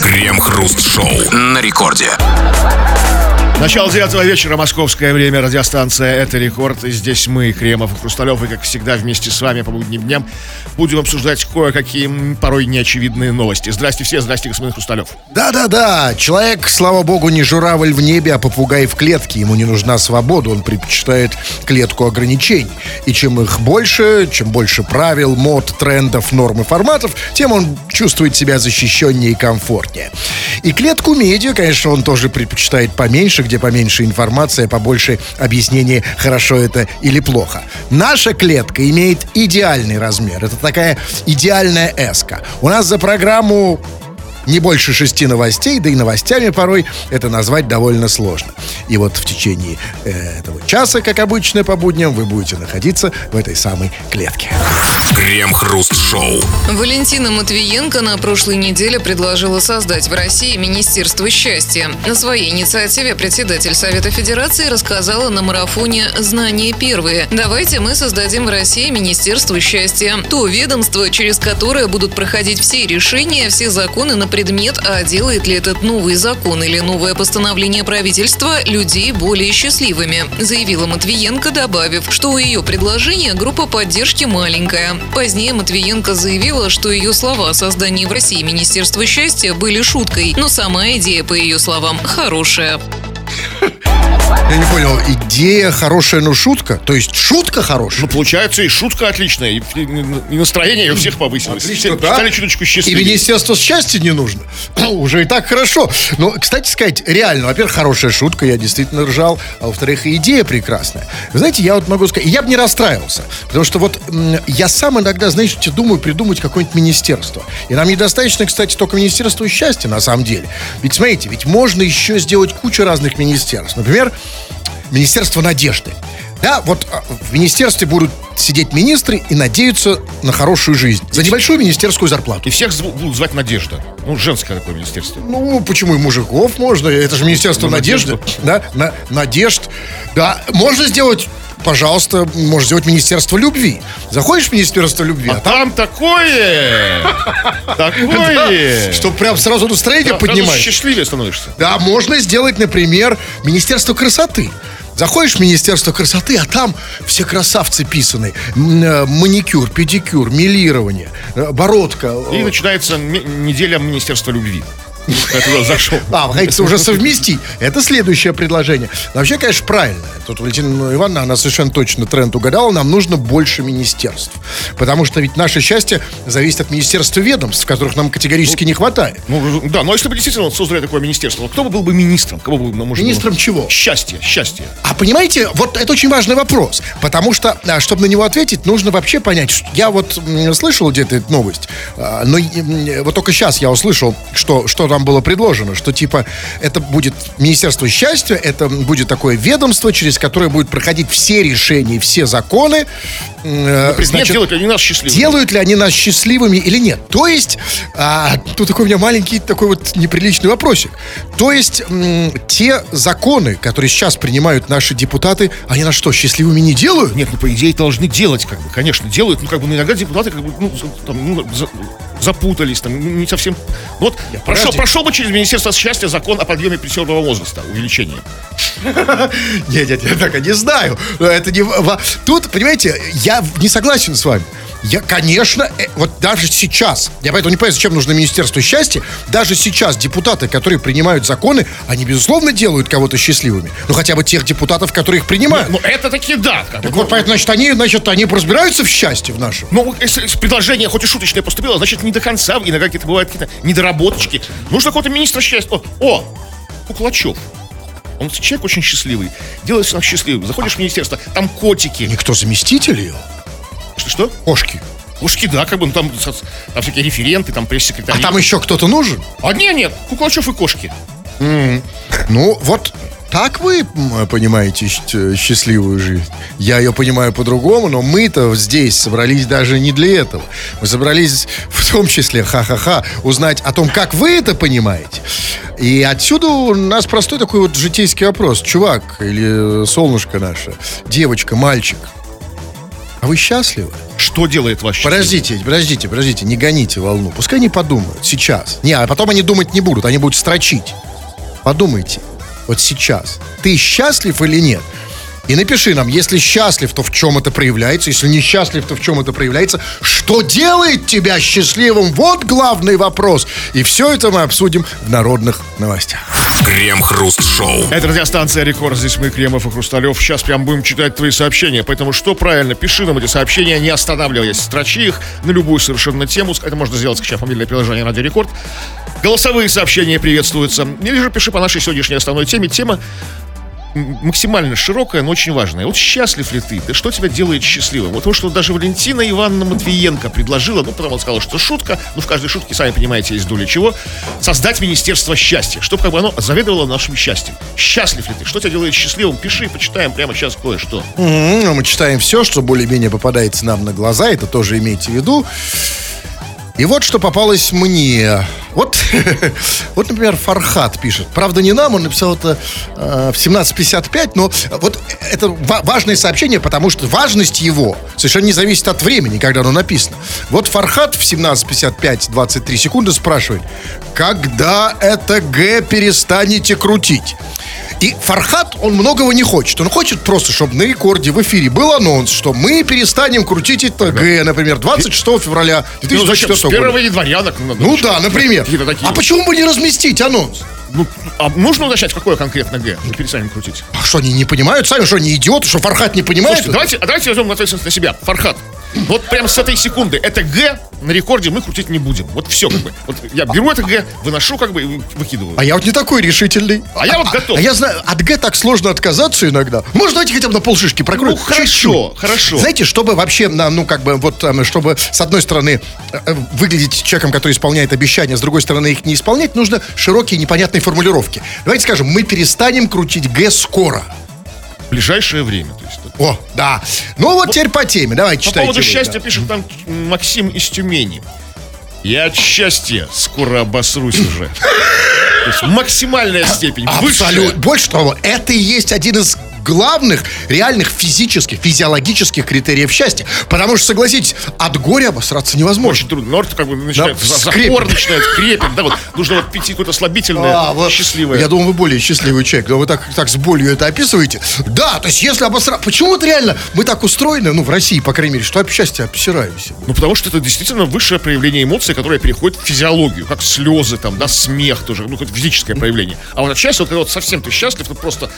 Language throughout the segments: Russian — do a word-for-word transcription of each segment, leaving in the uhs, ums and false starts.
Крем-хруст-шоу на рекорде. Начало девятого вечера, московское время, радиостанция «Это рекорд». И здесь мы, Кремов и Хрусталев, и, как всегда, вместе с вами по будним дням будем обсуждать кое-какие порой неочевидные новости. Здрасте все, здрасте, господин Хрусталев. Да-да-да, человек, слава богу, не журавль в небе, а попугай в клетке. Ему не нужна свобода, он предпочитает клетку ограничений. И чем их больше, чем больше правил, мод, трендов, норм и форматов, тем он чувствует себя защищеннее и комфортнее. И клетку медиа, конечно, он тоже предпочитает поменьше, где поменьше информации, а побольше объяснений, хорошо это или плохо. Наша клетка имеет идеальный размер. Это такая идеальная эска. У нас за программу не больше шести новостей, да и новостями порой это назвать довольно сложно. И вот в течение э, этого часа, как обычно по будням, вы будете находиться в этой самой клетке. Крем-хруст-шоу. Валентина Матвиенко на прошлой неделе предложила создать в России Министерство счастья. На своей инициативе председатель Совета Федерации рассказала на марафоне «Знания первые». Давайте мы создадим в России Министерство счастья. То ведомство, через которое будут проходить все решения, все законы на предмет, а делает ли этот новый закон или новое постановление правительства людей более счастливыми, заявила Матвиенко, добавив, что у ее предложения группа поддержки маленькая. Позднее Матвиенко заявила, что ее слова о создании в России Министерства счастья были шуткой, но сама идея, по ее словам, хорошая. Я не понял, идея хорошая, но шутка? То есть шутка хорошая? Ну, получается, и шутка отличная, и, и настроение у всех повысилось. Отлично, все да? стали чуточку И счастливее. Министерство счастья не нужно. Уже и так хорошо. Но, кстати сказать, реально, во-первых, хорошая шутка, я действительно ржал, а во-вторых, и идея прекрасная. Вы знаете, я вот могу сказать, я бы не расстраивался, потому что вот м, я сам иногда, знаете, думаю придумать какое-нибудь министерство. И нам недостаточно, кстати, только Министерства счастья, на самом деле. Ведь, смотрите, ведь можно еще сделать кучу разных министерств. Например, Министерство надежды. Да, вот в министерстве будут сидеть министры и надеются на хорошую жизнь. За небольшую министерскую зарплату. И всех зв- будут звать Надежда. Ну, женское такое министерство. Ну, почему и мужиков можно? Это же Министерство Ну, надежды. надежду. Да, на, надежд. Да, можно сделать, пожалуйста, можно сделать Министерство любви. Заходишь в Министерство любви, А а там такое! Такое! чтобы прям сразу настроение Да, сразу поднимаешь. счастливее становишься. Да, можно сделать, например, Министерство красоты. Заходишь в Министерство красоты, а там все красавцы писаны. М, э, Маникюр, педикюр, милирование, э, бородка. И начинается м- неделя Министерства любви. Я туда зашел. А, вы хотите уже совместить. Это следующее предложение. Но вообще, конечно, правильно. Тут Валентина Ивановна, она совершенно точно тренд угадала. Нам нужно больше министерств. Потому что ведь наше счастье зависит от министерства ведомств, которых нам категорически не хватает. Ну, да, но если бы действительно создали такое министерство, кто бы был бы министром? Кого бы, ну, может, Министром ну, чего? Счастье, счастье. А понимаете, вот это очень важный вопрос. Потому что, а, чтобы на него ответить, нужно вообще понять. Что я вот м, слышал где-то эту новость, а, но м, вот только сейчас я услышал, что, что там было предложено, что типа это будет Министерство счастья, это будет такое ведомство, через которое будут проходить все решения, все законы. Э, Нет, значит, делают ли они нас счастливыми? делают ли они нас счастливыми или нет. То есть, а, тут такой у меня маленький такой вот неприличный вопросик. То есть, м, те законы, которые сейчас принимают наши депутаты, они нас что, счастливыми не делают? Нет, ну, по идее, должны делать, как бы, конечно, делают, ну, как бы, ну, иногда депутаты, как бы, ну, за- там, ну, за- запутались, там, ну, не совсем... Вот, прошел, подожди. прошел бы через Министерство счастья закон о подъеме пенсионного возраста, увеличении. Нет, нет, я так и не знаю. Это не... во- Тут, понимаете, я не согласен с вами. Я, конечно, э, вот даже сейчас, я поэтому не понимаю, зачем нужно Министерство счастья, даже сейчас депутаты, которые принимают законы, они, безусловно, делают кого-то счастливыми. Ну, хотя бы тех депутатов, которые их принимают. Ну, это таки да. Как Так бы, вот, поэтому, значит, они, значит, они разбираются в счастье в нашем. Ну, если предложение хоть и шуточное поступило, значит, не до конца, иногда какие-то бывают какие-то недоработочки. Нужно какого-то министра счастья. О, о, Куклачев. Он человек очень счастливый. Делает всех счастливым. Заходишь в министерство, там котики. Никто заместитель ее? Что-что? Кошки. Кошки, да, как бы, ну, там, со- там всякие референты, там пресс-секретари. А там еще кто-то нужен? А нет, нет, Куклачев и кошки. Ну, вот так вы м, понимаете щ- счастливую жизнь. Я ее понимаю по-другому, но мы-то здесь собрались даже не для этого. Мы собрались в том числе, ха-ха-ха, узнать о том, как вы это понимаете. И отсюда у нас простой такой вот житейский вопрос. Чувак или солнышко наше, девочка, мальчик, а вы счастливы? Что что делает вас счастливым? Подождите, подождите, подождите, не гоните волну. Пускай они подумают сейчас. Не, а потом они думать не будут, они будут строчить. Подумайте, вот сейчас, ты счастлив или нет? И напиши нам, если счастлив, то в чем это проявляется, если несчастлив, то в чем это проявляется, что делает тебя счастливым, вот главный вопрос. И все это мы обсудим в народных новостях. Крем-хруст-шоу. Это радиостанция «Рекорд». Здесь мы, Кремов и Хрусталев. Сейчас прям будем читать твои сообщения. Поэтому что правильно? Пиши нам эти сообщения, не останавливаясь. Строчи их на любую совершенно тему. Это можно сделать, скачав мобильное приложение «Радио Рекорд». Голосовые сообщения приветствуются. Или же пиши по нашей сегодняшней основной теме. Тема максимально широкая, но очень важная. Вот счастлив ли ты? Да что тебя делает счастливым? Вот то, что даже Валентина Ивановна Матвиенко предложила, ну, потом он сказал, что шутка, ну, в каждой шутке, сами понимаете, есть доля чего, создать Министерство счастья, чтобы как бы оно заведовало нашим счастьем. Счастлив ли ты? Что тебя делает счастливым? Пиши, почитаем прямо сейчас кое-что. Mm-hmm. Мы читаем все, что более-менее попадается нам на глаза, это тоже имейте в виду. И вот что попалось мне. Вот, вот, например, Фархат пишет. Правда, не нам, он написал это э, в семнадцать пятьдесят пять, но вот это ва- важное сообщение, потому что важность его совершенно не зависит от времени, когда оно написано. Вот Фархат в семнадцать пятьдесят пять двадцать три секунды спрашивает, когда это Г перестанете крутить? И Фархат, он многого не хочет. Он хочет просто, чтобы на Рекорде в эфире был анонс, что мы перестанем крутить это Г, например, двадцать шестого февраля две тысячи двадцать четвёртого года. С первого года. января. Так, ну, Ну да, например. А почему бы не разместить анонс? Ну, а нужно уточнять, какое конкретно Г? Мы перестанем крутить. А что, они не понимают сами? Что, они идиоты? Что, Фархат не понимает? Слушайте, давайте, а давайте возьмем ответственность на себя. Фархат, вот прямо с этой секунды это Г на Рекорде мы крутить не будем. Вот все как бы. Вот я беру это Г, выношу как бы и выкидываю. А я вот не такой решительный. А я вот готов. А я знаю, от Г так сложно отказаться иногда. Может, давайте хотя бы на полшишки прокроем? Ну, хорошо, хорошо. Знаете, чтобы вообще, на, ну, как бы, вот, чтобы, с одной стороны, выглядеть человеком, который исполняет обещания, с другой стороны, их не исполнять, нужно широкие, непонятные формулировки. Давайте скажем, мы перестанем крутить Г скоро. В ближайшее время, то есть. О, да. Ну, вот, вот теперь по теме. Давайте читайте. По поводу вы, счастья да. пишет там Максим из Тюмени. Я от счастья скоро обосрусь уже. То есть максимальная степень. Абсолютно. Больше того, это и есть один из главных, реальных физических, физиологических критериев счастья. Потому что, согласитесь, от горя обосраться невозможно. Очень трудно. Норт как бы начинает, да, запор начинает, крепит. Да, вот нужно вот пить какое-то слабительное, а, вот, счастливое. Я думаю, вы более счастливый человек. Но вы так, так с болью это описываете. Да, то есть если обосраться... Почему это реально? Мы так устроены, ну, в России, по крайней мере, что от счастья обсираемся. Ну, потому что это действительно высшее проявление эмоций, которое переходит в физиологию. Как слезы, там, да, смех тоже. Ну, какое-то физическое проявление. А вот от счастья, вот, когда вот совсем ты счастлив, то просто...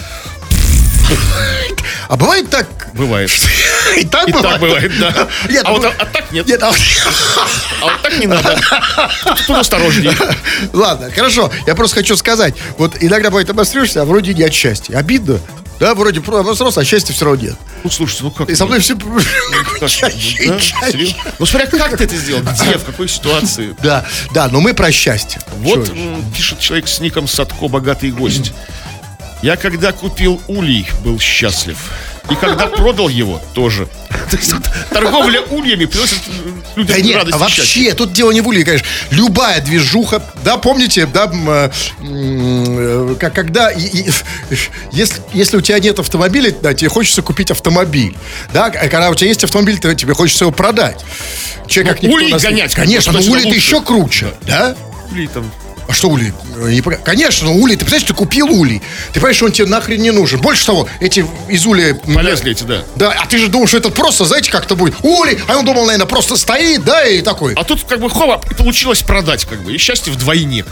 А бывает так? Бывает. И так И бывает? так бывает, да. Нет, а, ну... вот, а, а так нет. Нет, а... а вот так не надо. Тут осторожнее. Ладно, хорошо. Я просто хочу сказать. Вот иногда бывает обосрешься, а вроде не от счастья. Обидно. Да, вроде обосрался, а счастья все равно нет. Ну, слушайте, ну как? И со мной все... Чаще, да? Чаще. Ну, смотря как ты это сделал, где, в какой ситуации. Да, да, но мы про счастье. Вот м, пишет человек с ником Садко, богатый гость. Я когда купил улей, был счастлив. И когда продал его, тоже. То есть вот, торговля ульями приносит людям да нет, радость а и вообще, счастье. тут дело не в улье, конечно. Любая движуха, да, помните, да, м, м, как, когда, и, и, если, если у тебя нет автомобиля, да, тебе хочется купить автомобиль, да, а когда у тебя есть автомобиль, то тебе хочется его продать. Че, как улей нас... гонять. Конечно, но улей-то еще круче, да? Улей там... А что улей? Не, конечно, ну улей, ты представляешь, ты купил улей. Ты понимаешь, что он тебе нахрен не нужен. Больше того, эти из улья... Полезли эти, да. Да, а ты же думал, что это просто, знаете, как-то будет улей. А он думал, наверное, просто стоит, да, и такой. А тут как бы хова, и получилось продать, как бы. И счастье вдвойне.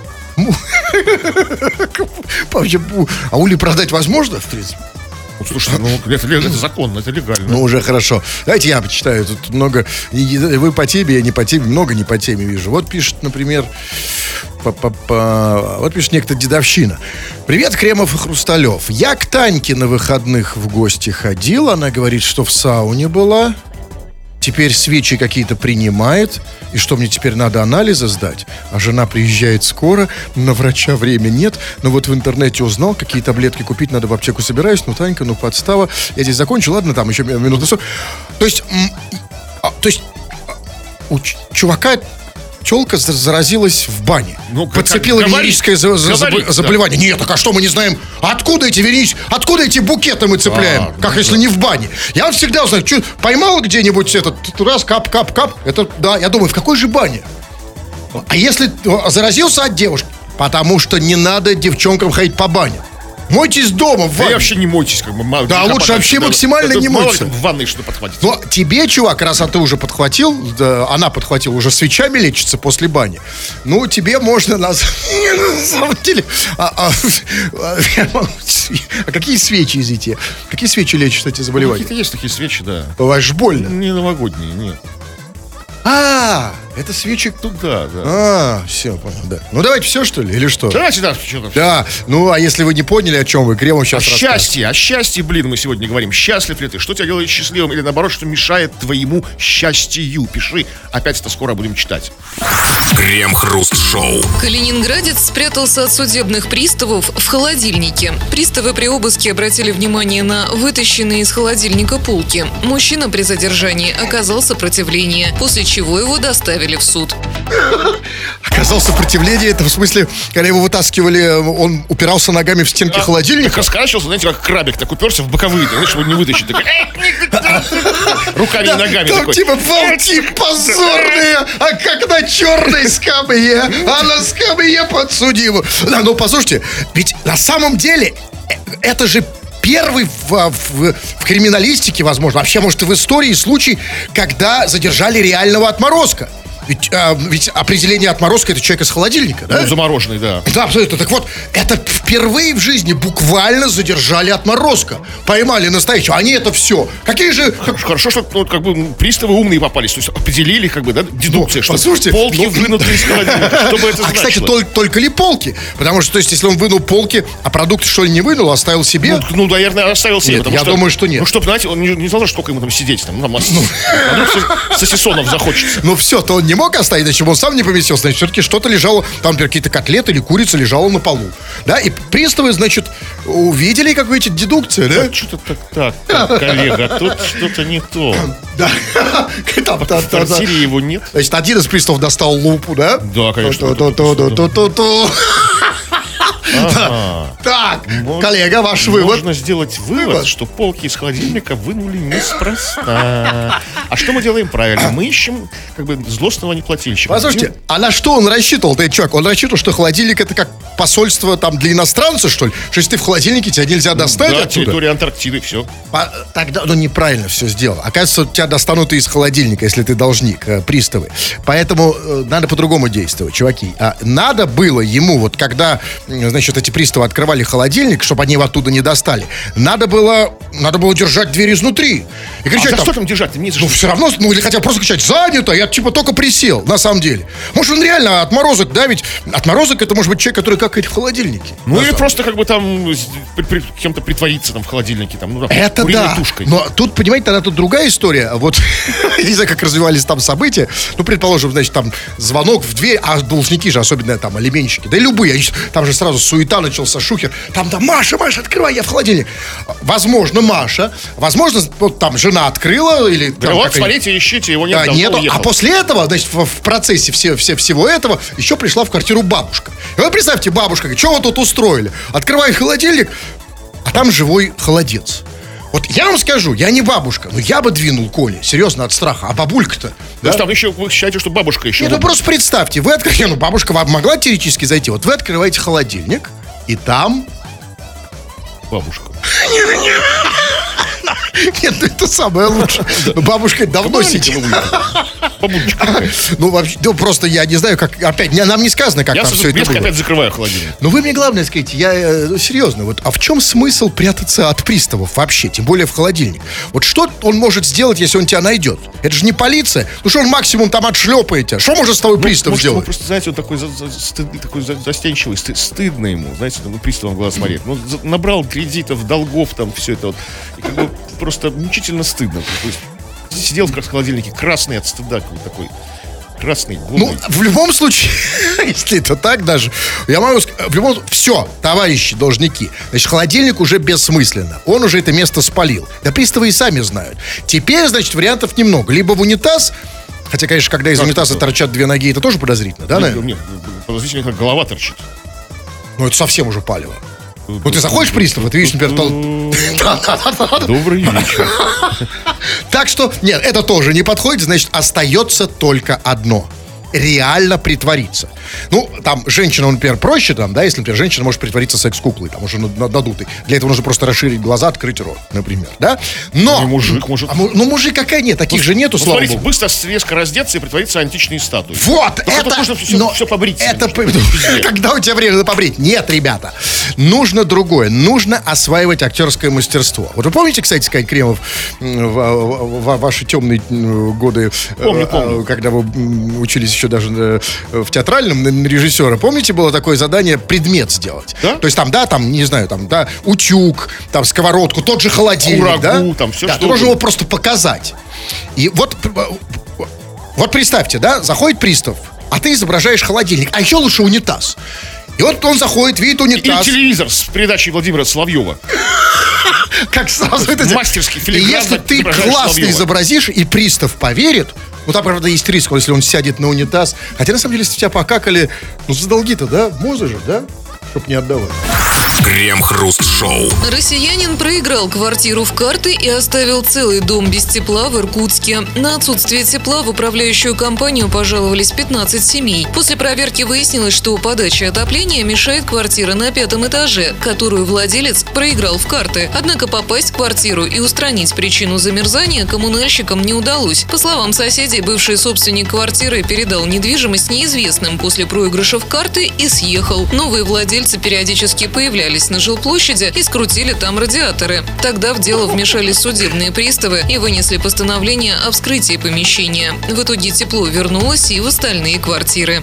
А улей продать возможно, в принципе? Ну, слушай, ну это, это законно, это легально. Ну, уже хорошо. Давайте я почитаю. Тут много... Вы по теме, я не по теме. Много не по теме вижу. Вот пишет, например... Па-па-па. Вот пишет некто Дедовщина. Привет, Кремов и Хрусталев. Я к Таньке на выходных в гости ходил. Она говорит, что в сауне была. Теперь свечи какие-то принимает. И что мне теперь надо анализы сдать? А жена приезжает скоро, на врача время нет. Но вот в интернете узнал, какие таблетки купить надо, в аптеку собираюсь. Ну, Танька, ну, подстава. Я здесь закончу, ладно, там еще минут на сорок. То есть, м- а, то есть, у ч- чувака телка заразилась в бане. Ну, как- Подцепила как- венерическое за- за- говорит, забо- да. заболевание. Нет, так а что мы не знаем? Откуда эти венерич... Откуда эти букеты мы цепляем? А, как ну если не в бане? Я вот всегда знаю, что, поймал где-нибудь этот раз, кап, кап, кап. Это, да, я думаю, в какой же бане? А если о, заразился от девушки? Потому что не надо девчонкам ходить по баням. Мойтесь дома, в Да ванне. и вообще не мойтесь, как бы. мало- Да, греха лучше подальше, вообще да. максимально Это не мало ли мыться. там в ванной что подхватить. Но тебе, чувак, раз а ты уже подхватил, да, она подхватила, уже свечами лечится после бани. Ну, тебе можно на, на самом деле. А, а, а, а какие свечи, извините? Какие свечи лечат эти заболевания? Какие-то есть такие свечи, да. Бывает ж больно. Не новогодние, нет. А, это свечи. Тут да, да. А, все, понял, да. Ну, давайте все, что ли, или что? Давайте, да, что там. Да, ну, а если вы не поняли, о чем вы, Кремов О сейчас счастье, о счастье, блин, мы сегодня говорим. Счастлив ли ты? Что тебя делает счастливым? Или наоборот, что мешает твоему счастью? Пиши. Опять это скоро будем читать. Крем-хруст-шоу. Калининградец спрятался от судебных приставов в холодильнике. Приставы при обыске обратили внимание на вытащенные из холодильника булки. Мужчина при задержании оказал сопротивление, после чего его доставили в суд. Оказал сопротивление, это в смысле, когда его вытаскивали, он упирался ногами в стенки холодильника? Так раскорачивался, знаете, как крабик, так уперся в боковые, ты знаешь, его не вытащить. Такой, руками и ногами Там такой. типа волки позорные, а как на черной скамье, а на скамье подсудимого. Да, ну послушайте, ведь на самом деле э, это же первый в, в, в криминалистике, возможно, вообще, может, и в истории случай, когда задержали реального отморозка. Ведь, а, ведь определение отморозка — это человек из холодильника, да? Ну, замороженный, да. Да, абсолютно. Так вот, это впервые в жизни буквально задержали отморозка. Поймали настоящего. Они это все. Какие же... Хорошо, что ну, как бы ну, приставы умные попались, то есть определили, как бы, да, дедукция, Ну, что послушайте, полки ну, вынуты из холодильника. Что бы это А, значило? кстати, только, только ли полки? Потому что, то есть, если он вынул полки, а продукты, что ли, не вынул, оставил себе... Ну, ну, наверное, оставил себе. Нет, потому я что, думаю, что нет. Ну, чтобы, знаете, он не, не знал, сколько ему там сидеть. Там, ну, там, а вдруг сосисонов захочется. Ну все, то он не мог оставить, иначе бы он сам не поместился. Значит, все-таки что-то лежало, там, например, какие-то котлеты или курица лежала на полу. Да, и приставы, значит, увидели какую-то дедукцию, да? Что-то так, так, так, коллега, тут что-то не то. Да. Там, В там, там, квартире его нет. Значит, один из приставов достал лупу, да? Да, конечно. Ту-ту-ту-ту-ту-ту. Ага. Так, Мож- коллега, ваш вывод. Можно сделать вывод, Вывод. что полки из холодильника вынули неспроста. А что мы делаем правильно? Мы ищем как бы злостного неплательщика. Послушайте, а на что он рассчитывал, ты чувак? Он рассчитывал, что холодильник — это как посольство там для иностранцев, что ли? Что если ты в холодильнике, тебя нельзя достать Да, оттуда? территория Антарктиды, все. По- Тогда, ну, неправильно все сделал. Оказывается, тебя достанут и из холодильника, если ты должник, э, приставы. Поэтому э, надо по-другому действовать, чуваки. А надо было ему, вот когда, м, значит, эти приставы открывали холодильник, чтобы они его оттуда не достали, надо было, надо было держать дверь изнутри. И А кричать за там, что там держать? Мне ну, все равно, ну, или хотя бы просто кричать: занято, я типа только присел, на самом деле. Может, он реально отморозок, да, ведь отморозок — это может быть человек, который какает в холодильнике. Ну На или самом просто как бы там с- при- при- кем-то притвориться там в холодильнике, там, ну, там, Это куриной да. тушкой. Но тут, понимаете, тогда тут другая история. Вот, я не знаю, как развивались там события. Ну, предположим, значит, там звонок в дверь, а должники же, особенно там алименщики, да и любые, они, там же сразу суета начался, шухер. Там, да, Маша, Маша, открывай, я в холодильник. Возможно, Маша, возможно, вот там жена открыла, или... Да там, вот, как они- смотрите, ищите, его нет, Да, давно нету. уехал. А после этого, значит, в, в процессе все, все, всего этого еще пришла в квартиру бабушка. И вы представьте, бабушка говорит: что вы тут устроили? Открывай холодильник, а там живой холодец. Вот я вам скажу, я не бабушка, но я бы двинул Коле, серьезно, от страха. А бабулька-то? То Да? есть там еще, вы считаете, что бабушка еще... Нет, ну просто представьте, вы открываете, ну бабушка вам могла теоретически зайти, вот вы открываете холодильник, и там... Бабушка. Нет, ну это самое лучшее. Ну, бабушка давно сидит. Бабулечка. Ну, вообще, ну, просто я не знаю, как, опять, не- нам не сказано, как Я там с все это близко было. опять закрываю холодильник. Ну, вы мне главное скажите, я, э, ну, серьезно, вот, а в чем смысл прятаться от приставов вообще, тем более в холодильник? Вот что он может сделать, если он тебя найдет? Это же не полиция. Ну, что он максимум там отшлепает тебя? Что может с тобой пристав Может, он сделать? просто, знаете, он такой, за- за- стыд- такой за- застенчивый, сты- стыдно ему, знаете, ну, приставом в глаз смотреть. Ну, за- набрал кредитов, долгов, там, все это вот. И как бы просто мучительно стыдно. То есть сидел в холодильнике красный от стыда, какой такой. Красный, Ну, голый. в любом случае, если это так даже, я могу сказать, в любом случае, все, товарищи должники, значит, холодильник уже бессмысленно, он уже это место спалил. Да приставы и сами знают. Теперь, значит, вариантов немного. Либо в унитаз, Хотя, конечно, когда из Как унитаза это? торчат две ноги, это тоже подозрительно, да, наверное? Нет, подозрительно, как голова торчит. Ну, это совсем уже палево. Вот ты заходишь в пристав, и ты видишь, например, тол- Добрый вечер. Так что, нет, это тоже не подходит, значит, остается только одно. Реально притвориться. Ну, там, женщина, например, проще, там, да, если, например, женщина может притвориться секс-куклой, там, уже надутой. Для этого нужно просто расширить глаза, открыть рот, например, да? Но... Ну, мужик может... А, му- ну, мужик какая нет, таких же нету, Ну, слава смотрите, богу. быстро резко раздеться и притвориться античной статуей. Вот, Только это... тут нужно все, но все побрить. Это... себе. Когда у тебя время на побрить? Нет, ребята. Нужно другое. Нужно осваивать актерское мастерство. Вот вы помните, кстати сказать, Кремов, м, в, в- в ваши темные м, годы, Помню, э, помню. э, когда вы м, учились еще даже э, в театральном на- на режиссера, помните, было такое задание предмет сделать? Да? То есть там, да, там, не знаю, там, да, утюг, там, сковородку, тот же холодильник, Курагу, да? там, всё да, что ты должен угодно. его просто показать. И вот, вот представьте, да, заходит пристав, а ты изображаешь холодильник, а еще лучше унитаз. И вот он заходит, видит Или унитаз. телевизор с передачей Владимира Соловьева. Как сразу это... Мастерски, И филигранно если ты изображаешь классно Соловьева. изобразишь, и пристав поверит, ну там, правда, есть риск, если он сядет на унитаз. Хотя, на самом деле, если тебя покакали, ну, за долги-то, да, можно же, да? Чтоб не отдавать. Крем-хруст-шоу. Россиянин проиграл квартиру в карты и оставил целый дом без тепла в Иркутске. На отсутствие тепла в управляющую компанию пожаловались пятнадцать семей. После проверки выяснилось, что подача отопления мешает квартира на пятом этаже, которую владелец проиграл в карты. Однако попасть в квартиру и устранить причину замерзания коммунальщикам не удалось. По словам соседей, бывший собственник квартиры передал недвижимость неизвестным после проигрыша в карты и съехал. Новые владельцы периодически появлялись на жилплощади и скрутили там радиаторы. Тогда в дело вмешались судебные приставы и вынесли постановление о вскрытии помещения. В итоге тепло вернулось и в остальные квартиры.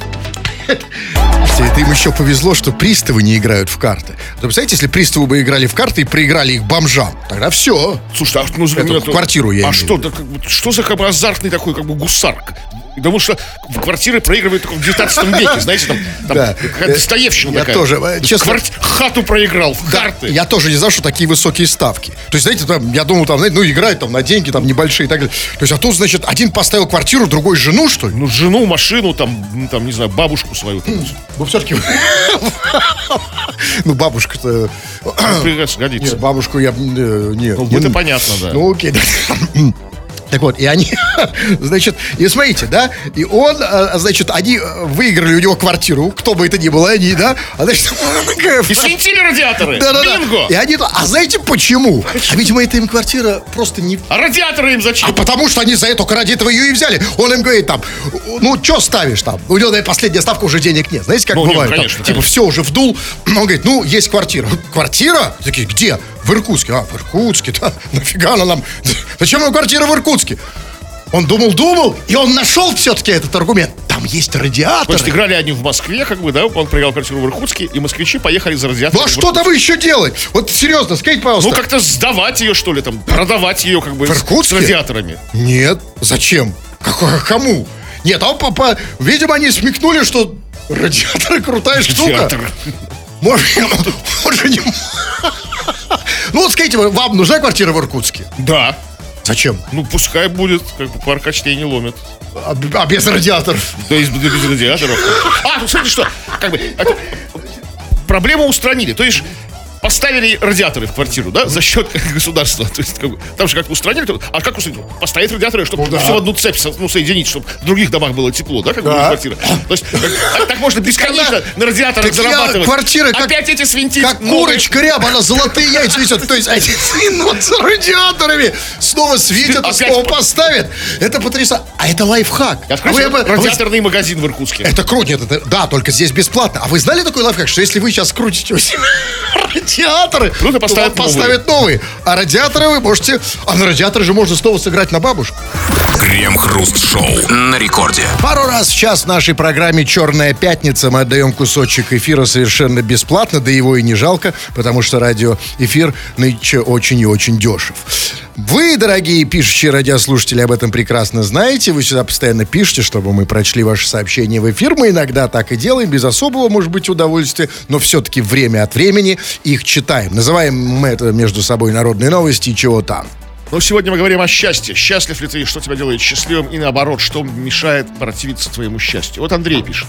Это им еще повезло, что приставы не играют в карты. То, представляете, если приставы бы играли в карты и проиграли их бомжам, тогда все. Слушай, а, ну, Эту ну, квартиру я А имею в что, виду. да, как бы, что за как бы азартный такой, как бы гусар? Потому что в квартиры проигрывают только в девятнадцатом веке, знаете, там, там Да. какая-то Достоевщина Я такая. тоже, э, честно- Кварти- Хату проиграл в карты. Я тоже не знал, что такие высокие ставки. То есть, знаете, там, я думал, там, знаете, ну, играют там на деньги, там, небольшие и так далее. То есть, а тут, значит, один поставил квартиру, другой жену, что ли? Ну, жену, машину, там, ну, там, не знаю, бабушку свою. Там, Ну, все-таки... Ну, бабушка-то... прекрасно годится. Нет, бабушку я... э, Не, Ну, не- это понятно, да. Ну, окей, да. Так вот, и они, значит, и смотрите, да, и он, а, значит, они э, выиграли у него квартиру, кто бы это ни было, они, да, а значит, И свинтили радиаторы. да-да-да. Бинго. И они, а знаете почему? А, видимо, эта им квартира просто не... А радиаторы им зачем? А потому что они за это ради этого ее и взяли. Он им говорит там, ну, что ставишь там? У него, наверное, последняя ставка, уже денег нет. Знаете, как Ну, нет, бывает? Там, конечно, типа, конечно. все, уже вдул. Он говорит, ну, есть квартира. Квартира? Такие, где? В Иркутске. А, в Иркутске, да. Нафига она нам? Зачем нам квартира в Иркутске? Он думал-думал, и он нашел все-таки этот аргумент. Там есть радиатор. Значит, играли они в Москве, как бы, да, он проиграл квартиру в Иркутске, и москвичи поехали за радиатором. Ну, а что-то вы еще делать? Вот серьезно, скажите, пожалуйста. Ну, как-то сдавать ее, что ли, там, продавать ее, как бы, В с- Иркутске? с радиаторами. Нет, зачем? Какое, кому? Нет, а он, папа, видимо, они смекнули, что радиаторы крутая штука. Радиатор. Может, он же не... Ну вот скажите, вам нужна квартира в Иркутске? Да. Зачем? Ну, пускай будет, как бы, пар качтей не ломит. А, а без радиаторов? Да, из- без радиаторов. А, ну, смотрите, что, как бы, это- проблему устранили. То есть, поставили радиаторы в квартиру, да, за счет государства. То есть, как бы, там же как устранили, то- а как устранили? Поставить радиаторы, чтобы Ну да. все в одну цепь со- ну, соединить, чтобы в других домах было тепло, да, как бы, Да. квартира. То есть, как- так можно бесконечно на радиаторах Так я- зарабатывать. квартира как- Опять эти свинтить. Как новые. курочка ряба, она золотые яйца несет. То есть они вот с радиаторами снова светят, и Опять снова по- поставят. Это потрясающе. А это лайфхак. Я А скажу, вы- а вы- радиаторный магазин в Иркутске. Это круто, нет, это, да, только здесь бесплатно. А вы знали такой лайфхак, что если вы сейчас крутите у себя радиаторы, Ну, то то поставят вам поставят новые. А радиаторы вы можете... А на радиаторы же можно снова сыграть на бабушку. Крем-хруст-шоу на рекорде. Пару раз в час в нашей программе «Черная пятница» мы отдаем кусочек эфира совершенно бесплатно, да его и не жалко, потому что радиоэфир нынче очень и очень дешев. Вы, дорогие пишущие радиослушатели, об этом прекрасно знаете. Вы сюда постоянно пишете, чтобы мы прочли ваши сообщения в эфир. Мы иногда так и делаем, без особого, может быть, удовольствия, но все-таки время от времени их читаем. Называем мы это между собой «Народные новости» и чего там. Но сегодня мы говорим о счастье. Счастлив ли ты, что тебя делает счастливым, и наоборот, что мешает противиться твоему счастью. Вот Андрей пишет.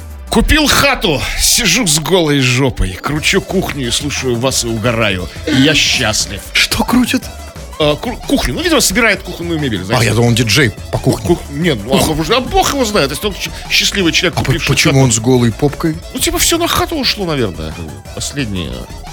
Купил хату, сижу с голой жопой, кручу кухню и слушаю вас и угораю. И я счастлив. Что крутит? А, ку- кухню, ну, видимо, собирает кухонную мебель. А, я думал, он диджей по кухне. Кух- Нет, ну, а, уже- а бог его знает. Если он щ- счастливый человек, А по- купивший почему хату. он с голой попкой? Ну, типа, все на хату ушло, наверное. Последнее.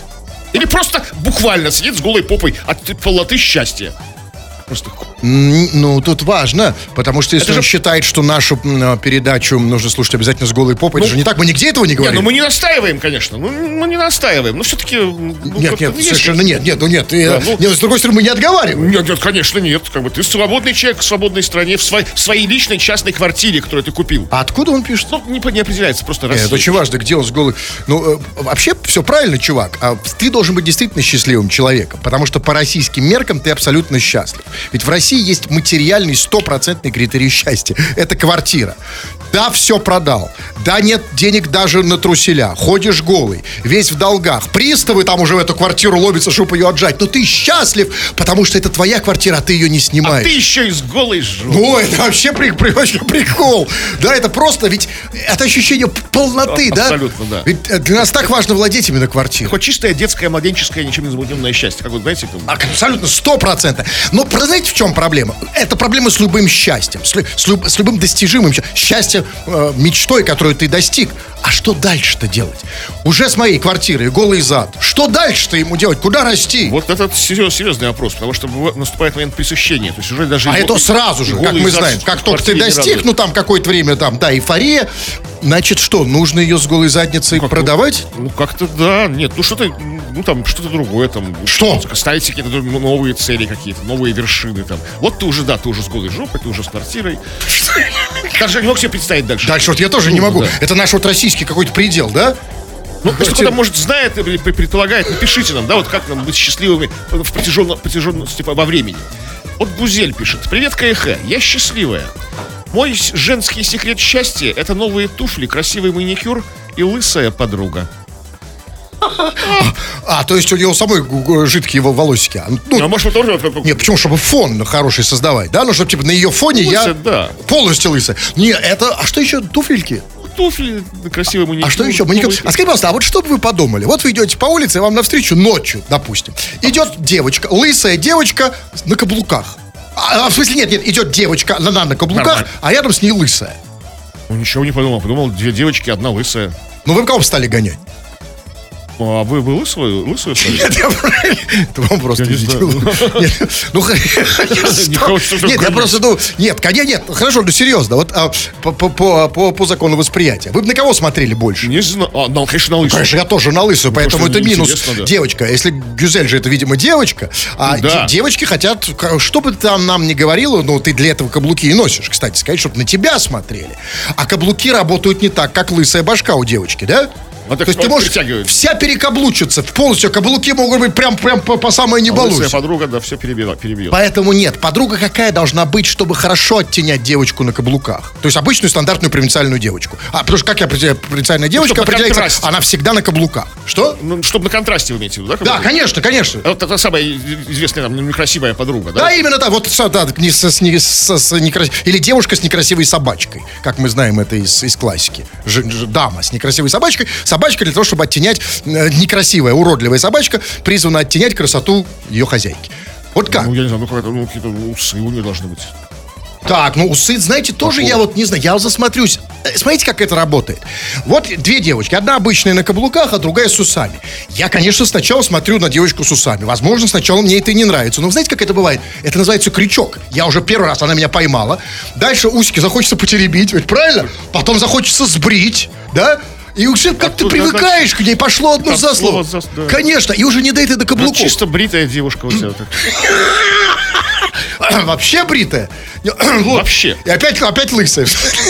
Или просто буквально сидит с голой попой от полноты счастья. Просто... М, Ну, тут важно, потому что если Это он же- считает, что нашу м, передачу нужно слушать обязательно с голой попой, это же не так, мы нигде этого не Не, говорим. ну мы не настаиваем, конечно. Ну, мы не настаиваем. Но все-таки... Ну, Нет, как-то, нет, ну, есть- совершенно нет, нет, ну нет, и, Да, ну- нет, с другой стороны, мы не отговариваем. Нет, нет, конечно, нет. Как бы ты свободный человек в свободной стране, в, свой- в своей личной частной квартире, которую ты купил. А откуда он пишет? Ну, не, по- не определяется, просто Нет, Россия. это очень важно, где он с голой... Ну, э, вообще, все правильно, чувак. А ты должен быть действительно счастливым человеком, потому что по российским меркам ты абсолютно счастлив. Ведь в России есть материальный стопроцентный критерий счастья. Это квартира. Да, все продал. Да, нет денег даже на труселя. Ходишь голый, весь в долгах. Приставы там уже в эту квартиру ломятся, чтобы ее отжать. Но ты счастлив, потому что это твоя квартира, а ты ее не А снимаешь. ты еще и с голой жопой. Ну, это вообще при, при- вообще прикол. Да, это просто, ведь это ощущение полноты, А- да? абсолютно, да. Ведь э, для нас так важно владеть именно квартирой. Хоть чистое детское, младенческое, ничем не замутненное счастье. Как вы знаете, это... А, Абсолютно, сто процентов. Но про- знаете, в чем проблема? Это проблема с любым счастьем, с, лю- с люб- с любым достижимым счастьем. Счастье э, мечтой, которую ты достиг. А что дальше-то делать? Уже с моей квартиры голый зад. Что дальше-то ему делать? Куда расти? Вот это серьез- серьезный вопрос, потому что быва- наступает момент пресыщения. То есть уже даже... А и это го- сразу же, и как голый мы зад знаем. в Как только ты квартире не достиг, радует. ну там какое-то время, там, да, эйфория. Значит, что, нужно ее с голой задницей Как- продавать? Ну, как-то да. Нет, ну что-то, ну там, что-то другое там. Что? Ставите какие-то друг- новые цели какие-то, новые вершины там. Вот ты уже, да, ты уже с голой жопой, ты уже с квартирой. Даже не мог себе представить дальше. Дальше вот я тоже не Ну, могу. да. Это наш вот российский какой-то предел, да? Ну, если кто-то, может, знает или пр- предполагает, напишите нам, да, вот как нам быть счастливыми в протяженно- протяженности по- во времени. Вот Гузель пишет. Привет, КХ, я счастливая. Мой с- женский секрет счастья — это новые туфли, красивый маникюр и лысая подруга. А, то есть у него самой гу- гу- жидкие во- волосики. А, Ну, Ну, а может, тоже... вот как- нет, почему? Чтобы фон хороший создавать, да? Ну, чтобы, типа, на ее фоне я Лысая, да. полностью лысая. Не, это... А что еще? Туфельки? Туфли, красивый маникюр. А что еще? Маникюр. А скажите, пожалуйста, а вот что бы вы подумали? Вот вы идете по улице, и вам навстречу ночью, допустим, идет девочка, лысая девочка на каблуках. А, а, в смысле, нет, нет, идет девочка, она на каблуках, Нормально. а рядом с ней лысая. Ну, ничего не подумал. Подумал, две девочки, одна лысая. Ну, вы в кого бы стали гонять? А вы, вы лысую? Лысую стали? Нет, я правильно. Это вам просто Я не извините. знаю. Нет, ну, х- Не хочется, чтобы Нет, я гонять. просто, ну, нет, конечно, нет, хорошо, ну, серьезно, вот а, по, по, по, по, по закону восприятия. Вы бы на кого смотрели больше? Не знаю. А, ну, конечно, на лысую. Конечно, я тоже на лысую, поэтому что это минус. неинтересно, да. Девочка, если Гюзель же это, видимо, девочка, а Да. де- девочки хотят, к- что бы ты там нам ни говорила, ну, ты для этого каблуки и носишь, кстати сказать, чтобы на тебя смотрели. А каблуки работают не так, как лысая башка у девочки, да? А так То есть ты вот можешь притягивает. вся перекаблучиться полностью, каблуки могут быть прям, прям по, по самой не А лысая балуйся. подруга, да, все перебила, перебьет. Поэтому нет, подруга какая должна быть, чтобы хорошо оттенять девочку на каблуках? То есть обычную стандартную провинциальную девочку. А потому что как я определяю, провинциальная девочка чтоб на определяется, контрасте. она всегда на каблуках. Что? Ну, чтобы на контрасте вы имеете в виду, да? как Да, бы? конечно, конечно. А Вот это самая известная там некрасивая подруга, да? Да, именно так. Вот с- да, не со- с не- со- с некрас- или девушка с некрасивой собачкой, как мы знаем это из, из классики. Ж- ж- дама с некрасивой собачкой. Собачка для того, чтобы оттенять э, некрасивая, уродливая собачка, призвана оттенять красоту ее хозяйки. Вот как? Ну, я не знаю, ну какая-то, ну, какие-то усы у нее должны быть. Так, ну усы, знаете, тоже я вот не знаю, я вот засмотрюсь. Э, Смотрите, как это работает. Вот две девочки, одна обычная на каблуках, а другая с усами. Я, конечно, сначала смотрю на девочку с усами. Возможно, сначала мне это и не нравится. Но знаете, как это бывает? Это называется крючок. Я уже первый раз, она меня поймала. Дальше усики захочется потеребить, ведь правильно? Потом захочется сбрить, да? И уже как ты тут привыкаешь к ней, пошло одно как за слово слово. за- да. Конечно, и уже не дойти до Ну, каблуков. чисто бритая девушка у тебя. так. Вообще бритая. Вот. Вообще. И опять, опять лысая.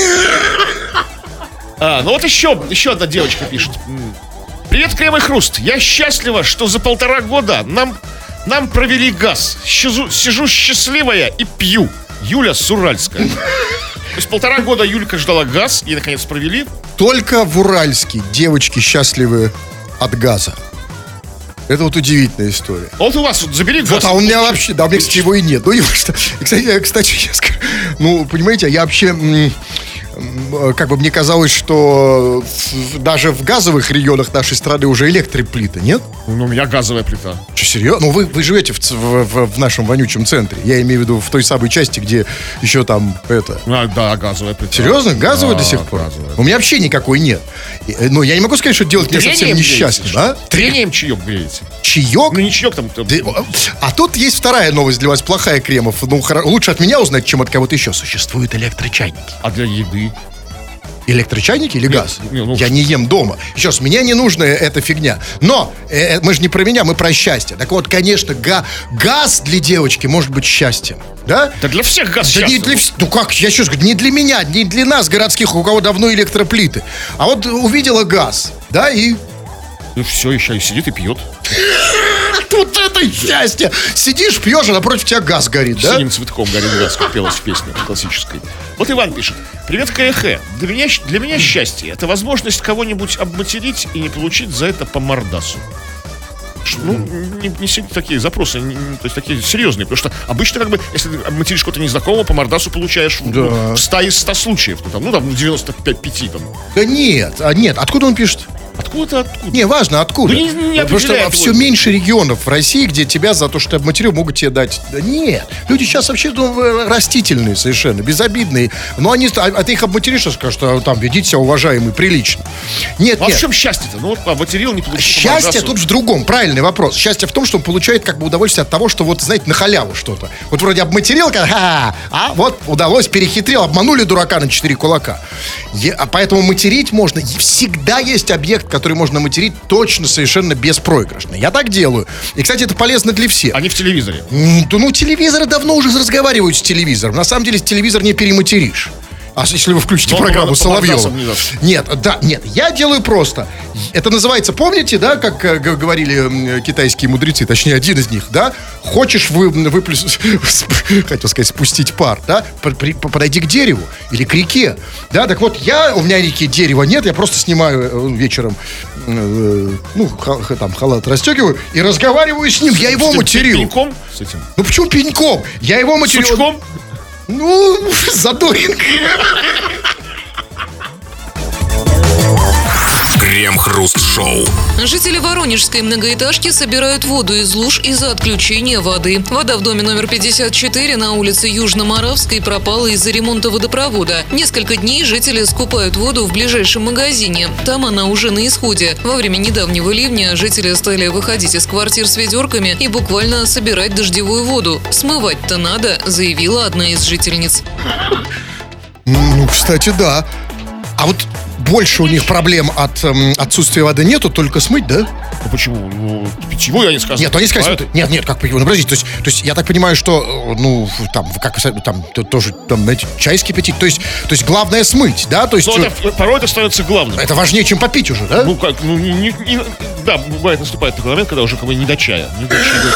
А, ну вот еще, еще одна девочка пишет. М. Привет, Крем и Хруст. Я счастлива, что за полтора года нам, нам провели газ. Сижу, сижу счастливая и пью. Юля Суральская. То есть полтора года Юлька ждала газ, и наконец провели. Только в Уральске девочки счастливы от газа. Это вот удивительная история. Вот у вас вот забери газ. Вот, а у меня вообще, да, у меня, кстати, его и нет. Ну, и, кстати, кстати, я скажу, ну, понимаете, я вообще, м, м, как бы мне казалось, что в- даже в газовых регионах нашей страны уже электроплита, нет? Ну, у меня газовая плита. Что, серьезно? Ну, вы, вы живете в, ц- в- в- в нашем вонючем центре. Я имею в виду в той самой части, где еще там, это... А, да, газовая плита. Серьезно? Газовая Да, до сих пор? газовая. У меня вообще никакой нет. И, э, Ну, я не могу сказать, что делать меня совсем Трением несчастным, греете, а? что? Трением чаек греете. Чаек? Ну, не чаек там. там- Да, А тут есть вторая новость для вас, плохая, Кремов. Ну, хоро- лучше от меня узнать, чем от кого-то еще. Существуют электрочайники. А для еды? Электрочайники или газ? не, ну, Я не ем дома. Еще раз, мне не нужна эта фигня. Но э, э, мы же не про меня, мы про счастье. Так вот, конечно, га- газ для девочки может быть счастьем. Да? Да для всех газ Да не счастье. для вс- Ну как, я еще раз говорю, не для меня, не для нас, городских, у кого давно электроплиты. А вот увидела газ, да, и... Ну, все, еще и сидит и пьет. Вот это счастье! Сидишь, пьешь, а напротив тебя газ горит, да? Синим цветком горит газ, как пелось в песне классической. Вот Иван пишет. Привет, КХ. Для меня, для меня счастье — это возможность кого-нибудь обматерить и не получить за это по мордасу. Ш- Ну, не, не се- такие запросы, не- не- то есть такие серьезные, потому что обычно, как бы, если ты обматеришь кого-то незнакомого, по мордасу получаешь в, ну, в ста из ста случаев. Ну, там, ну, там, в девяносто пяти там. Да нет, а нет, откуда он пишет? Откуда-то, откуда? Не, важно, откуда. Ну, не- не Потому что определяет все его. меньше регионов в России, где тебя за то, что ты обматерил, могут тебе дать. Да нет. Люди сейчас вообще ну, растительные совершенно, безобидные. Но они, а, а ты их обматеришь, и скажешь, что там, ведите себя уважаемый, прилично. Нет, А нет. в чем счастье-то? Ну, вот обматерил, не получил по Счастье мордасу. тут в другом, правильный вопрос. Счастье в том, что он получает как бы удовольствие от того, что вот, знаете, на халяву что-то. Вот вроде обматерил, как, ха, а вот удалось, перехитрил, обманули дурака на четыре кулака. Е- а поэтому материть можно. И всегда есть объект, который можно материть точно, совершенно беспроигрышно. Я так делаю. И, кстати, это полезно для всех. А не в телевизоре. М, да, ну, телевизоры давно уже разговаривают с телевизором. На самом деле, телевизор не перематеришь. А если вы включите Но программу по Соловьева? мордасам не даст. Нет, да, нет, я делаю просто. Это называется, помните, да, как э, г- говорили м, китайские мудрецы, точнее, один из них, да? Хочешь вы, выплюс... хотел сказать, спустить пар, да? П- при- Подойди к дереву или к реке, да? Так вот, я, у меня реки дерева нет, я просто снимаю э, вечером, э, ну, ха- там, халат расстегиваю и разговариваю с ним, я его С этим матерю. пеньком? С этим? Ну, почему пеньком? Я его матерю. Сучком? Ну, задоринка. Крем-хруст-шоу. Жители Воронежской многоэтажки собирают воду из луж из-за отключения воды. Вода в доме номер пятьдесят четыре на улице Южно-Моравской пропала из-за ремонта водопровода. Несколько дней жители скупают воду в ближайшем магазине. Там она уже на исходе. Во время недавнего ливня жители стали выходить из квартир с ведерками и буквально собирать дождевую воду. Смывать-то надо, заявила одна из жительниц. Ну, кстати, да. А вот больше у них проблем от эм, отсутствия воды нету, только смыть, да? Ну почему? Ну, питьевую они сказали. Нет, они сказали, А что- нет, нет, как питьевую, ну, подождите, то есть, то есть я так понимаю, что, э, ну, там, как вы сказали, там, то- тоже, там, знаете, чай скипятить, то есть, то есть главное смыть, да, то есть, Но э, это, порой это становится главным. это важнее, чем попить уже, да? Ну как, ну не, не- не- да, бывает, наступает такой момент, когда уже как бы не до чая. Не до чая,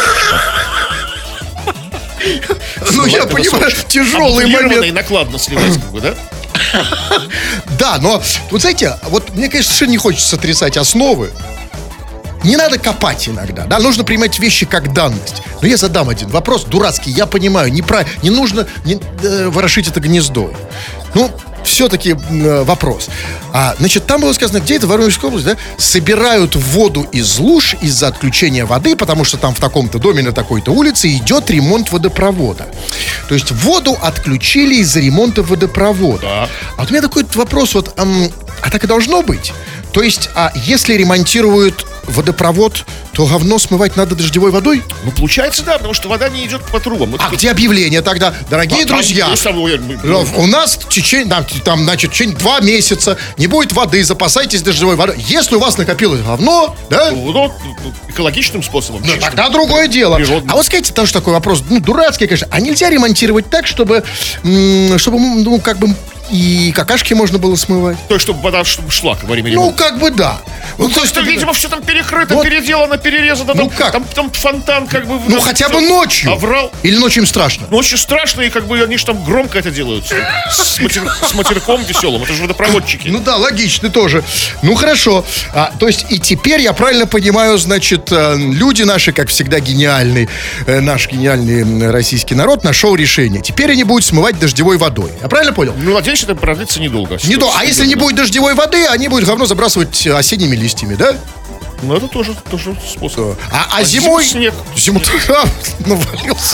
Ну, я Бывает, понимаю, это срочно. тяжелый Апеллированно момент. и накладно сливать, как бы, да? Да, но, вот знаете, вот мне, конечно, совершенно не хочется отрицать основы. Не надо копать иногда, да, нужно принимать вещи как данность. Но я задам один вопрос, дурацкий, я понимаю, не, про, не нужно не, э, ворошить это гнездо. Ну, все-таки э, вопрос. А, значит, там было сказано, где это, в Воронежской области, да, собирают воду из луж из-за отключения воды, потому что там в таком-то доме на такой-то улице идет ремонт водопровода. То есть воду отключили из-за ремонта водопровода. Да. А вот у меня такой вопрос, вот, ам, а так и должно быть? То есть, а если ремонтируют водопровод, то говно смывать надо дождевой водой? Ну, получается, да, потому что вода не идет по трубам. Вот А где объявление тогда? Дорогие там друзья, есть там, я- ну, у нас в течение, там, там, значит, в течение два месяца не будет воды, запасайтесь дождевой водой. Если у вас накопилось говно, да, ну, ну, экологичным способом. ну, чистым. тогда другое дело. Природным. А вот скажите, тоже такой вопрос, ну, дурацкий, конечно. А нельзя ремонтировать так, чтобы, м, чтобы, ну, как бы и какашки можно было смывать. То есть, чтобы вода чтобы шла во время Ну, ремонта. как бы да. Ну, то есть, это- видимо, все там перекрыто, Вот. переделано, перерезано. Ну, там, как? Там, там фонтан как бы... Ну, хотя бы ночью. Оврал. Или ночью им страшно. Ну, очень страшно, и как бы они же там громко это делают. С, матер- с матерком веселым. Это же водопроводчики. Ну да, логично тоже. Ну хорошо. А, то есть и теперь я правильно понимаю, значит, э, люди наши, как всегда, гениальный, э, наш гениальный м, российский народ нашел решение. Теперь они будут смывать дождевой водой. Я правильно понял? Ну, надеюсь, это продлится недолго. Не до, а если не будет дождевой воды, они будут говно забрасывать осенними листьями, да? Ну, это тоже, тоже способ. А, а А зимой... зимой снег. Зимой... навалился.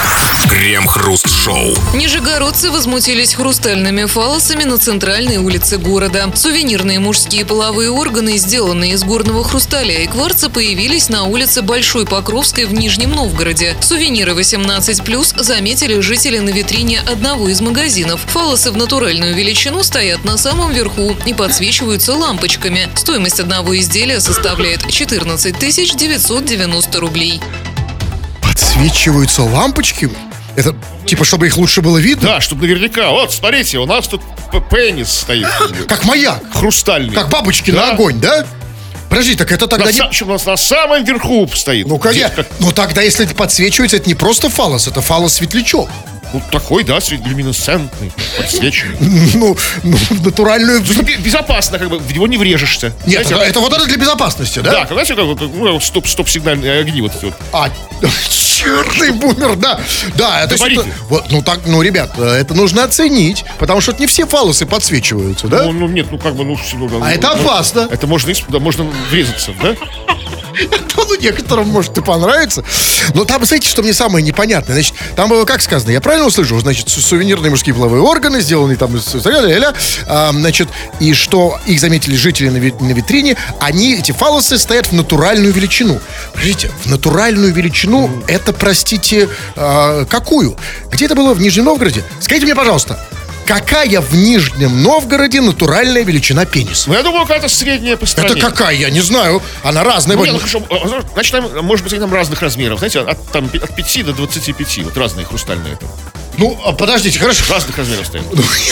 Крем-хруст-шоу. Нижегородцы возмутились хрустальными фалосами на центральной улице города. Сувенирные мужские половые органы, сделанные из горного хрусталя и кварца, появились на улице Большой Покровской в Нижнем Новгороде. Сувениры восемнадцать плюс заметили жители на витрине одного из магазинов. Фалосы в натуральную величину стоят на самом верху и подсвечиваются лампочками. Стоимость одного изделия составляет четырнадцать тысяч девятьсот девяносто рублей. Подсвечиваются лампочки? Это типа, чтобы их лучше было видно? Да, чтобы наверняка. Вот, смотрите, у нас тут п- пенис стоит. Как маяк. Хрустальный. Как бабочки Да. на огонь, да? Подожди, так это На, тогда не... са- чем у нас на самом верху стоит. Ну, Здесь конечно. как- Ну, тогда, если это подсвечивается, это не просто фалос, это фалос-светлячок. Ну, такой, да, свет- люминесцентный, подсвеченный. Ну, ну, в натуральную... Бе- Безопасно, как бы, в него не врежешься. Нет, Знаете, это, это вот это для безопасности, да? Да, когда все как, бы, ну, стоп, стоп-сигнальные огни вот эти вот. А, черный бумер, да. Да, это, Габариты. это- вот, ну так, ну, ребят, это нужно оценить, потому что не все фалосы подсвечиваются, да? Ну, ну, нет, ну как бы, ну, всё, ну, А ну, это ну, опасно. Это можно, исп- да, можно врезаться, да? Ну, некоторым может и понравится. Но там, знаете, что мне самое непонятное? Значит, там было как сказано, я правильно услышал? Значит, су- сувенирные мужские половые органы, сделанные там из... ля-ля-ля, а, значит, и что их заметили жители на, ви- на витрине, они, эти фалосы, стоят в натуральную величину. Подождите, в натуральную величину, это, простите, а, какую? Где это было? В Нижнем Новгороде? Скажите мне, пожалуйста, какая в Нижнем Новгороде натуральная величина пениса? Ну, я думаю, какая-то средняя по стране. Это какая? Я не знаю. Она разная. Ну, Вот- нет, ну, хорошо, а, знаешь, значит, там, может быть, они там разных размеров. Знаете, от, там, пи- от пяти до двадцати пяти. Вот разные хрустальные. Там. Ну, а, подождите, хорошо. Разных размеров стоят.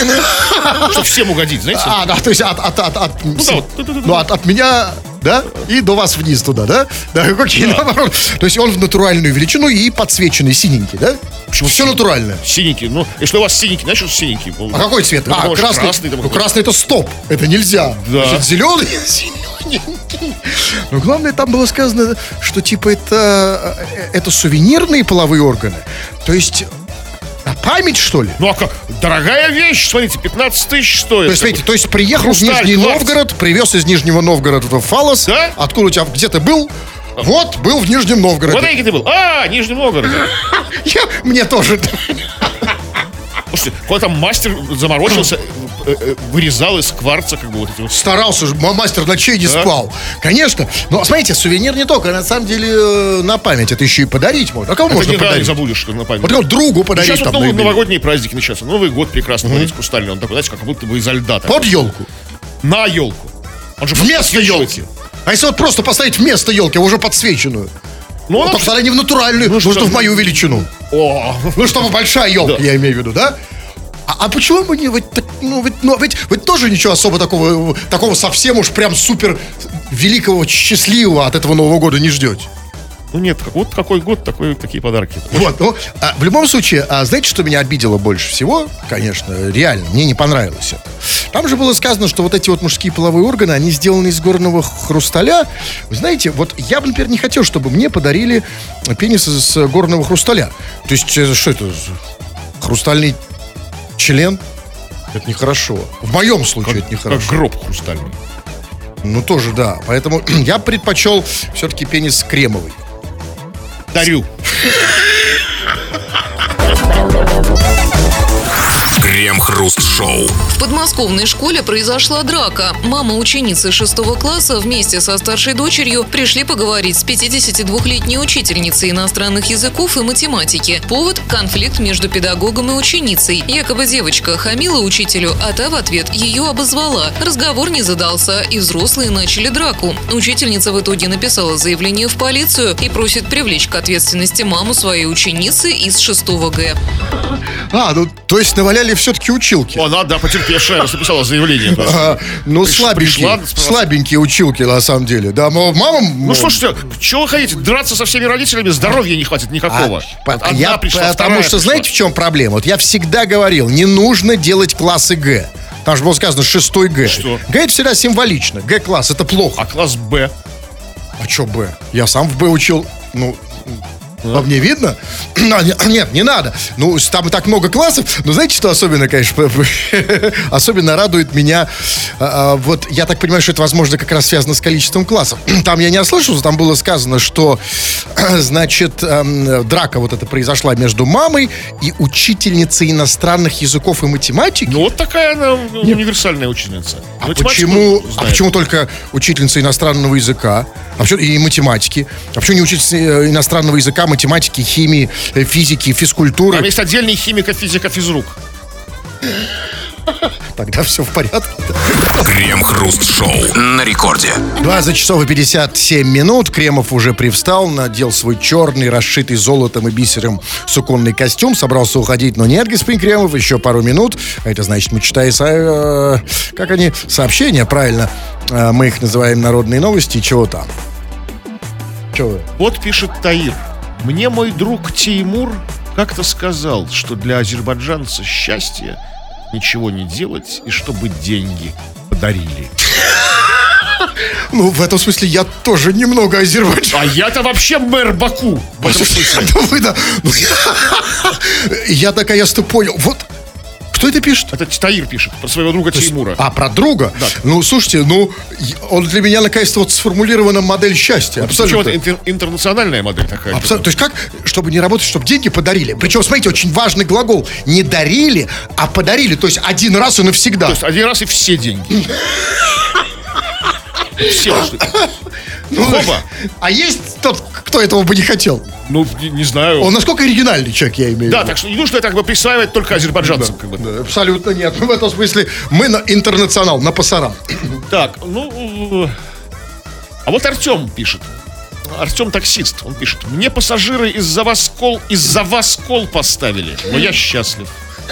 Чтобы всем угодить, знаете? А, да, то есть от, от, от, от, да, вот. ну, от, от меня, да, и до вас вниз туда, да? Да, окей, наоборот. То есть он в натуральную величину и подсвеченный, синенький, да? Почему Все синий? натуральное. Синенький. Ну, если у вас синенький, значит, синенький. А какой цвет? Ну, а, потому что красный. красный, там ну, какой-то. красный это стоп. Это нельзя. Да. Значит, зеленый, зелененький. Но главное, там было сказано, что типа это, э, это сувенирные половые органы. То есть на память, что ли? Ну, а как? Дорогая вещь, смотрите, пятнадцать тысяч стоит. То есть, смотрите, то есть приехал в Хрусталь, Нижний кварц. Новгород, привез из Нижнего Новгорода фалос. Да? Откуда у тебя, где ты был? Вот, был в Нижнем Новгороде. Вот где ты был? А, Нижний Новгород. Я, мне тоже. Слушайте, куда там мастер заморочился, э, э, вырезал из кварца, как бы вот эти вот. Старался же, м- мастер ночей не Да. спал. Конечно. Но, смотрите, сувенир не только, на самом деле, э, на память. Это еще и подарить можно. А кому Это можно никогда не подарить? забудешь на память. Вот кому другу подарить Сейчас вот там. новые- на юбилей. новогодние праздники начался. Новый год прекрасно, смотрите, хрустальный. Он такой, знаете, как будто бы изо льда. такой. Под елку. На елку. Он же Вместо подсвечивается. елки. А если вот просто поставить вместо елки, уже подсвеченную? Ну, Ну, он только тогда не в натуральную, Ну, нужно что- в мою величину. О, Ну, чтобы большая елка, Да. я имею в виду, да? А, а почему мы не... Ведь, так, ну, ведь, ну, ведь, ведь тоже ничего особо такого, такого совсем уж прям супер великого, счастливого от этого Нового года не ждете? ну нет, как- вот какой год, такой, такие подарки. Вот, ну, а, в любом случае, а, знаете, что меня обидело больше всего? Конечно, реально, мне не понравилось это. Там же было сказано, что вот эти вот мужские половые органы, они сделаны из горного хрусталя. Вы знаете, вот я бы, например, не хотел, чтобы мне подарили пенис из э, горного хрусталя. То есть, э, что это? Хрустальный член? Это нехорошо. В моем случае это Как нехорошо. гроб хрустальный. Ну, тоже, да. Поэтому я предпочел все-таки пенис кремовый. Дарю. Крем-хруст-шоу. В подмосковной школе произошла драка. Мама ученицы шестого класса вместе со старшей дочерью пришли поговорить с пятидесятидвухлетней учительницей иностранных языков и математики. Повод – конфликт между педагогом и ученицей. Якобы девочка хамила учителю, а та в ответ ее обозвала. Разговор не задался, и взрослые начали драку. Учительница в итоге написала заявление в полицию и просит привлечь к ответственности маму своей ученицы из шестого Г. А, ну, то есть наваляли все-таки училки. Она, да, потерпевшая, раз написала заявление. А, ну, Приш- слабенькие, пришла, слабенькие училки, на самом деле. Да, мо- мама... Ну, слушайте, чего вы хотите? Драться со всеми родителями, здоровья не хватит никакого. А, Одна я, пришла, потому вторая что, пришла. знаете, в чем проблема? Вот я всегда говорил, не нужно делать классы Г. Там же было сказано шестой Г. Что? Г это всегда символично. Г-класс, это плохо. А класс Б? А что Б? Я сам в Б учил, ну... А мне видно? А, не- Нет, не надо. Ну, с- там так много классов. Но знаете, что особенно, конечно, особенно радует меня? а, а, Вот я так понимаю, что это, возможно, как раз связано с количеством классов. Там я не ослышался, там было сказано, что, значит, эм, драка вот эта произошла между мамой и учительницей иностранных языков и математики. Ну, вот такая она универсальная ученица. А Математику почему, а знает. почему только учительница иностранного языка? А почему и математики? А почему не учительница э, иностранного языка, математики, химии, э, физики, физкультуры? Там есть отдельный химика, физика, физрук. Тогда все в порядке. Крем-хруст-шоу на рекорде. двадцать часов и пятьдесят семь минут. Кремов уже привстал, надел свой черный, расшитый золотом и бисером суконный костюм. Собрался уходить, но нет, господин Кремов, еще пару минут. А это значит, мы читаем, э, как они, сообщения, правильно. Э, мы их называем народные новости и чего там. Чего вы? Вот пишет Таир. Мне мой друг Теймур как-то сказал, что для азербайджанца счастье ничего не делать и чтобы деньги подарили. Ну, в этом смысле я тоже немного Азербайджан. А я-то вообще мэр Баку. В этом смысле. Да вы, да. Ну, я- Я наконец-то понял. Вот, кто это пишет? Это Таир пишет про своего друга Теймура. А, про друга? Да. Ну, слушайте, ну, и- он для меня наконец-то вот сформулирована модель счастья. Причем Абсолютно. это интер- интернациональная модель такая. Абсолютно. То есть как, чтобы не работать, чтобы деньги подарили. Причем, смотрите, очень важный глагол. Не дарили, а подарили. То есть один раз и навсегда. То есть один раз и все деньги. Все. Ну, Оба. а есть тот, кто этого бы не хотел? Ну, не, не знаю. Он насколько оригинальный человек, я имею в Да, виду. так что не нужно это как бы присваивать только азербайджанцам. Как бы. Да, абсолютно нет. Ну, в этом смысле мы на интернационал, на пасаран. Так, ну... э, А вот Артем пишет. Артем таксист. Он пишет. Мне пассажиры из-за вас кол, из-за вас кол поставили, но я счастлив.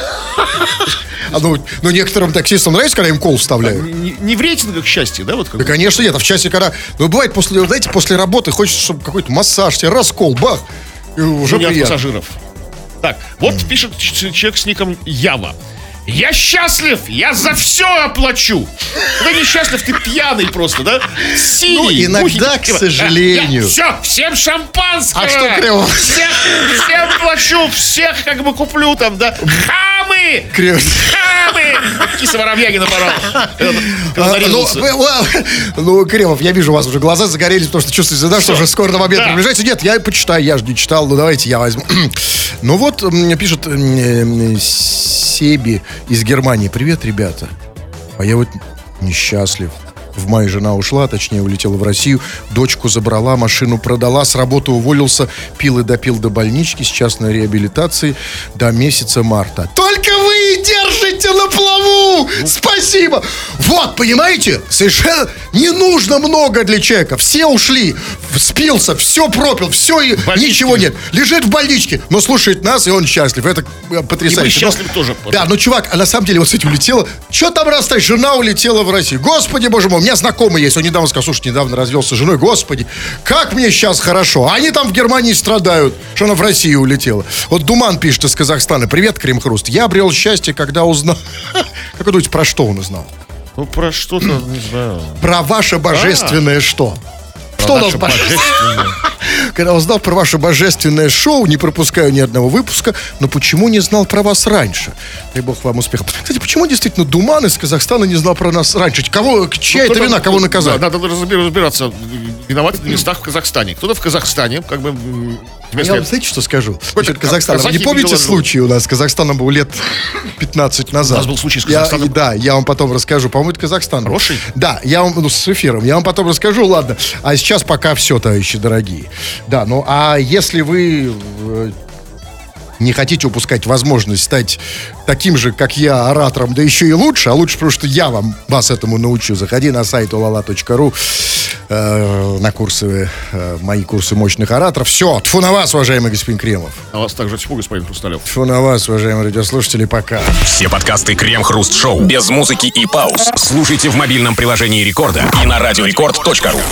А ну, ну, некоторым таксистам нравится, когда им кол вставляют? Не, не в рейтингах счастья, да? Вот как Да, бы? конечно, нет. А в часе, когда... Ну, бывает, после, знаете, после работы хочется, чтобы какой-то массаж, тебе раскол, бах, и уже Ну, не от приятно. пассажиров. Так, вот пишет ч- человек с ником Ява. Я счастлив, я за все оплачу. Ты не счастлив, ты пьяный просто, да? Синий. Ну, иногда, бухий, к сожалению. все, всем шампанского. А что, Кремов? Всех, всем плачу, всех как бы куплю там, да? Хамы! Кремов. Хамы! Киса Воробьягина порал. А, ну, э, ну, Кремов, я вижу, у вас уже глаза загорелись, потому что чувствуете, да, что Всё. уже скоро на момент Да. приближается. Нет, я почитаю, я же не читал, ну давайте я возьму. Ну вот, мне пишет э, э, Себи из Германии. Привет, ребята. А я вот несчастлив. В мае жена ушла, точнее, улетела в Россию. Дочку забрала, машину продала, с работы уволился, пил и допил до больнички, с частной реабилитацией до месяца марта. Только вы держите на плаву! Спасибо! Вот, понимаете? Совершенно не нужно много для человека. Все ушли, спился, все пропил, все, и больничке ничего лежит. нет. Лежит в больничке, но слушает нас, и он счастлив. Это э, потрясающе. И мы счастливы Но- тоже. Да, ну, чувак, а на самом деле, вот, кстати, улетела. Что там расстать? Жена улетела в Россию. Господи, боже мой, у меня знакомый есть. Он недавно сказал, слушай, недавно развелся с женой. Господи, как мне сейчас хорошо. А они там в Германии страдают, что она в Россию улетела. Вот Думан пишет из Казахстана. Привет, Крем-Хруст. Я обрел счастье, когда узнал... Как вы думаете, про что он узнал? Ну, про что-то, не знаю. Про ваше божественное что? Что у нас Наше божественное? божественное. Когда узнал про ваше божественное шоу, не пропускаю ни одного выпуска, но почему не знал про вас раньше? Дай бог вам успехов. Кстати, почему действительно Думан из Казахстана не знал про нас раньше? Кого, чья это Кто-то- вина, кого наказать? Да, надо разбир- разбираться. Виноваты на местах в Казахстане. Кто-то в Казахстане, как бы... м, тебе Я вам, след- знаете, что скажу? Хоть Насчет Казахстана. Вы казахи не помните видела, случай у нас с Казахстаном был лет пятнадцать назад? У нас был случай с Я- Казахстаном. Да, я вам потом расскажу. По-моему, это Казахстан. был. Хороший? Да, я вам, ну, с эфиром. Я вам потом расскажу, ладно. А сейчас пока все, товарищи дорогие. Да, ну, а если вы... э, не хотите упускать возможность стать таким же, как я, оратором, да еще и лучше, а лучше, потому что я вам, вас этому научу, заходи на сайт олала точка ру э, на курсы, э, мои курсы мощных ораторов. Все, тьфу на вас, уважаемый господин Кремов. А вас также тьфу, господин Хрусталев. Тьфу на вас, уважаемые радиослушатели, пока. Все подкасты Крем-Хруст Шоу без музыки и пауз слушайте в мобильном приложении Рекорда и на радиорекорд точка ру.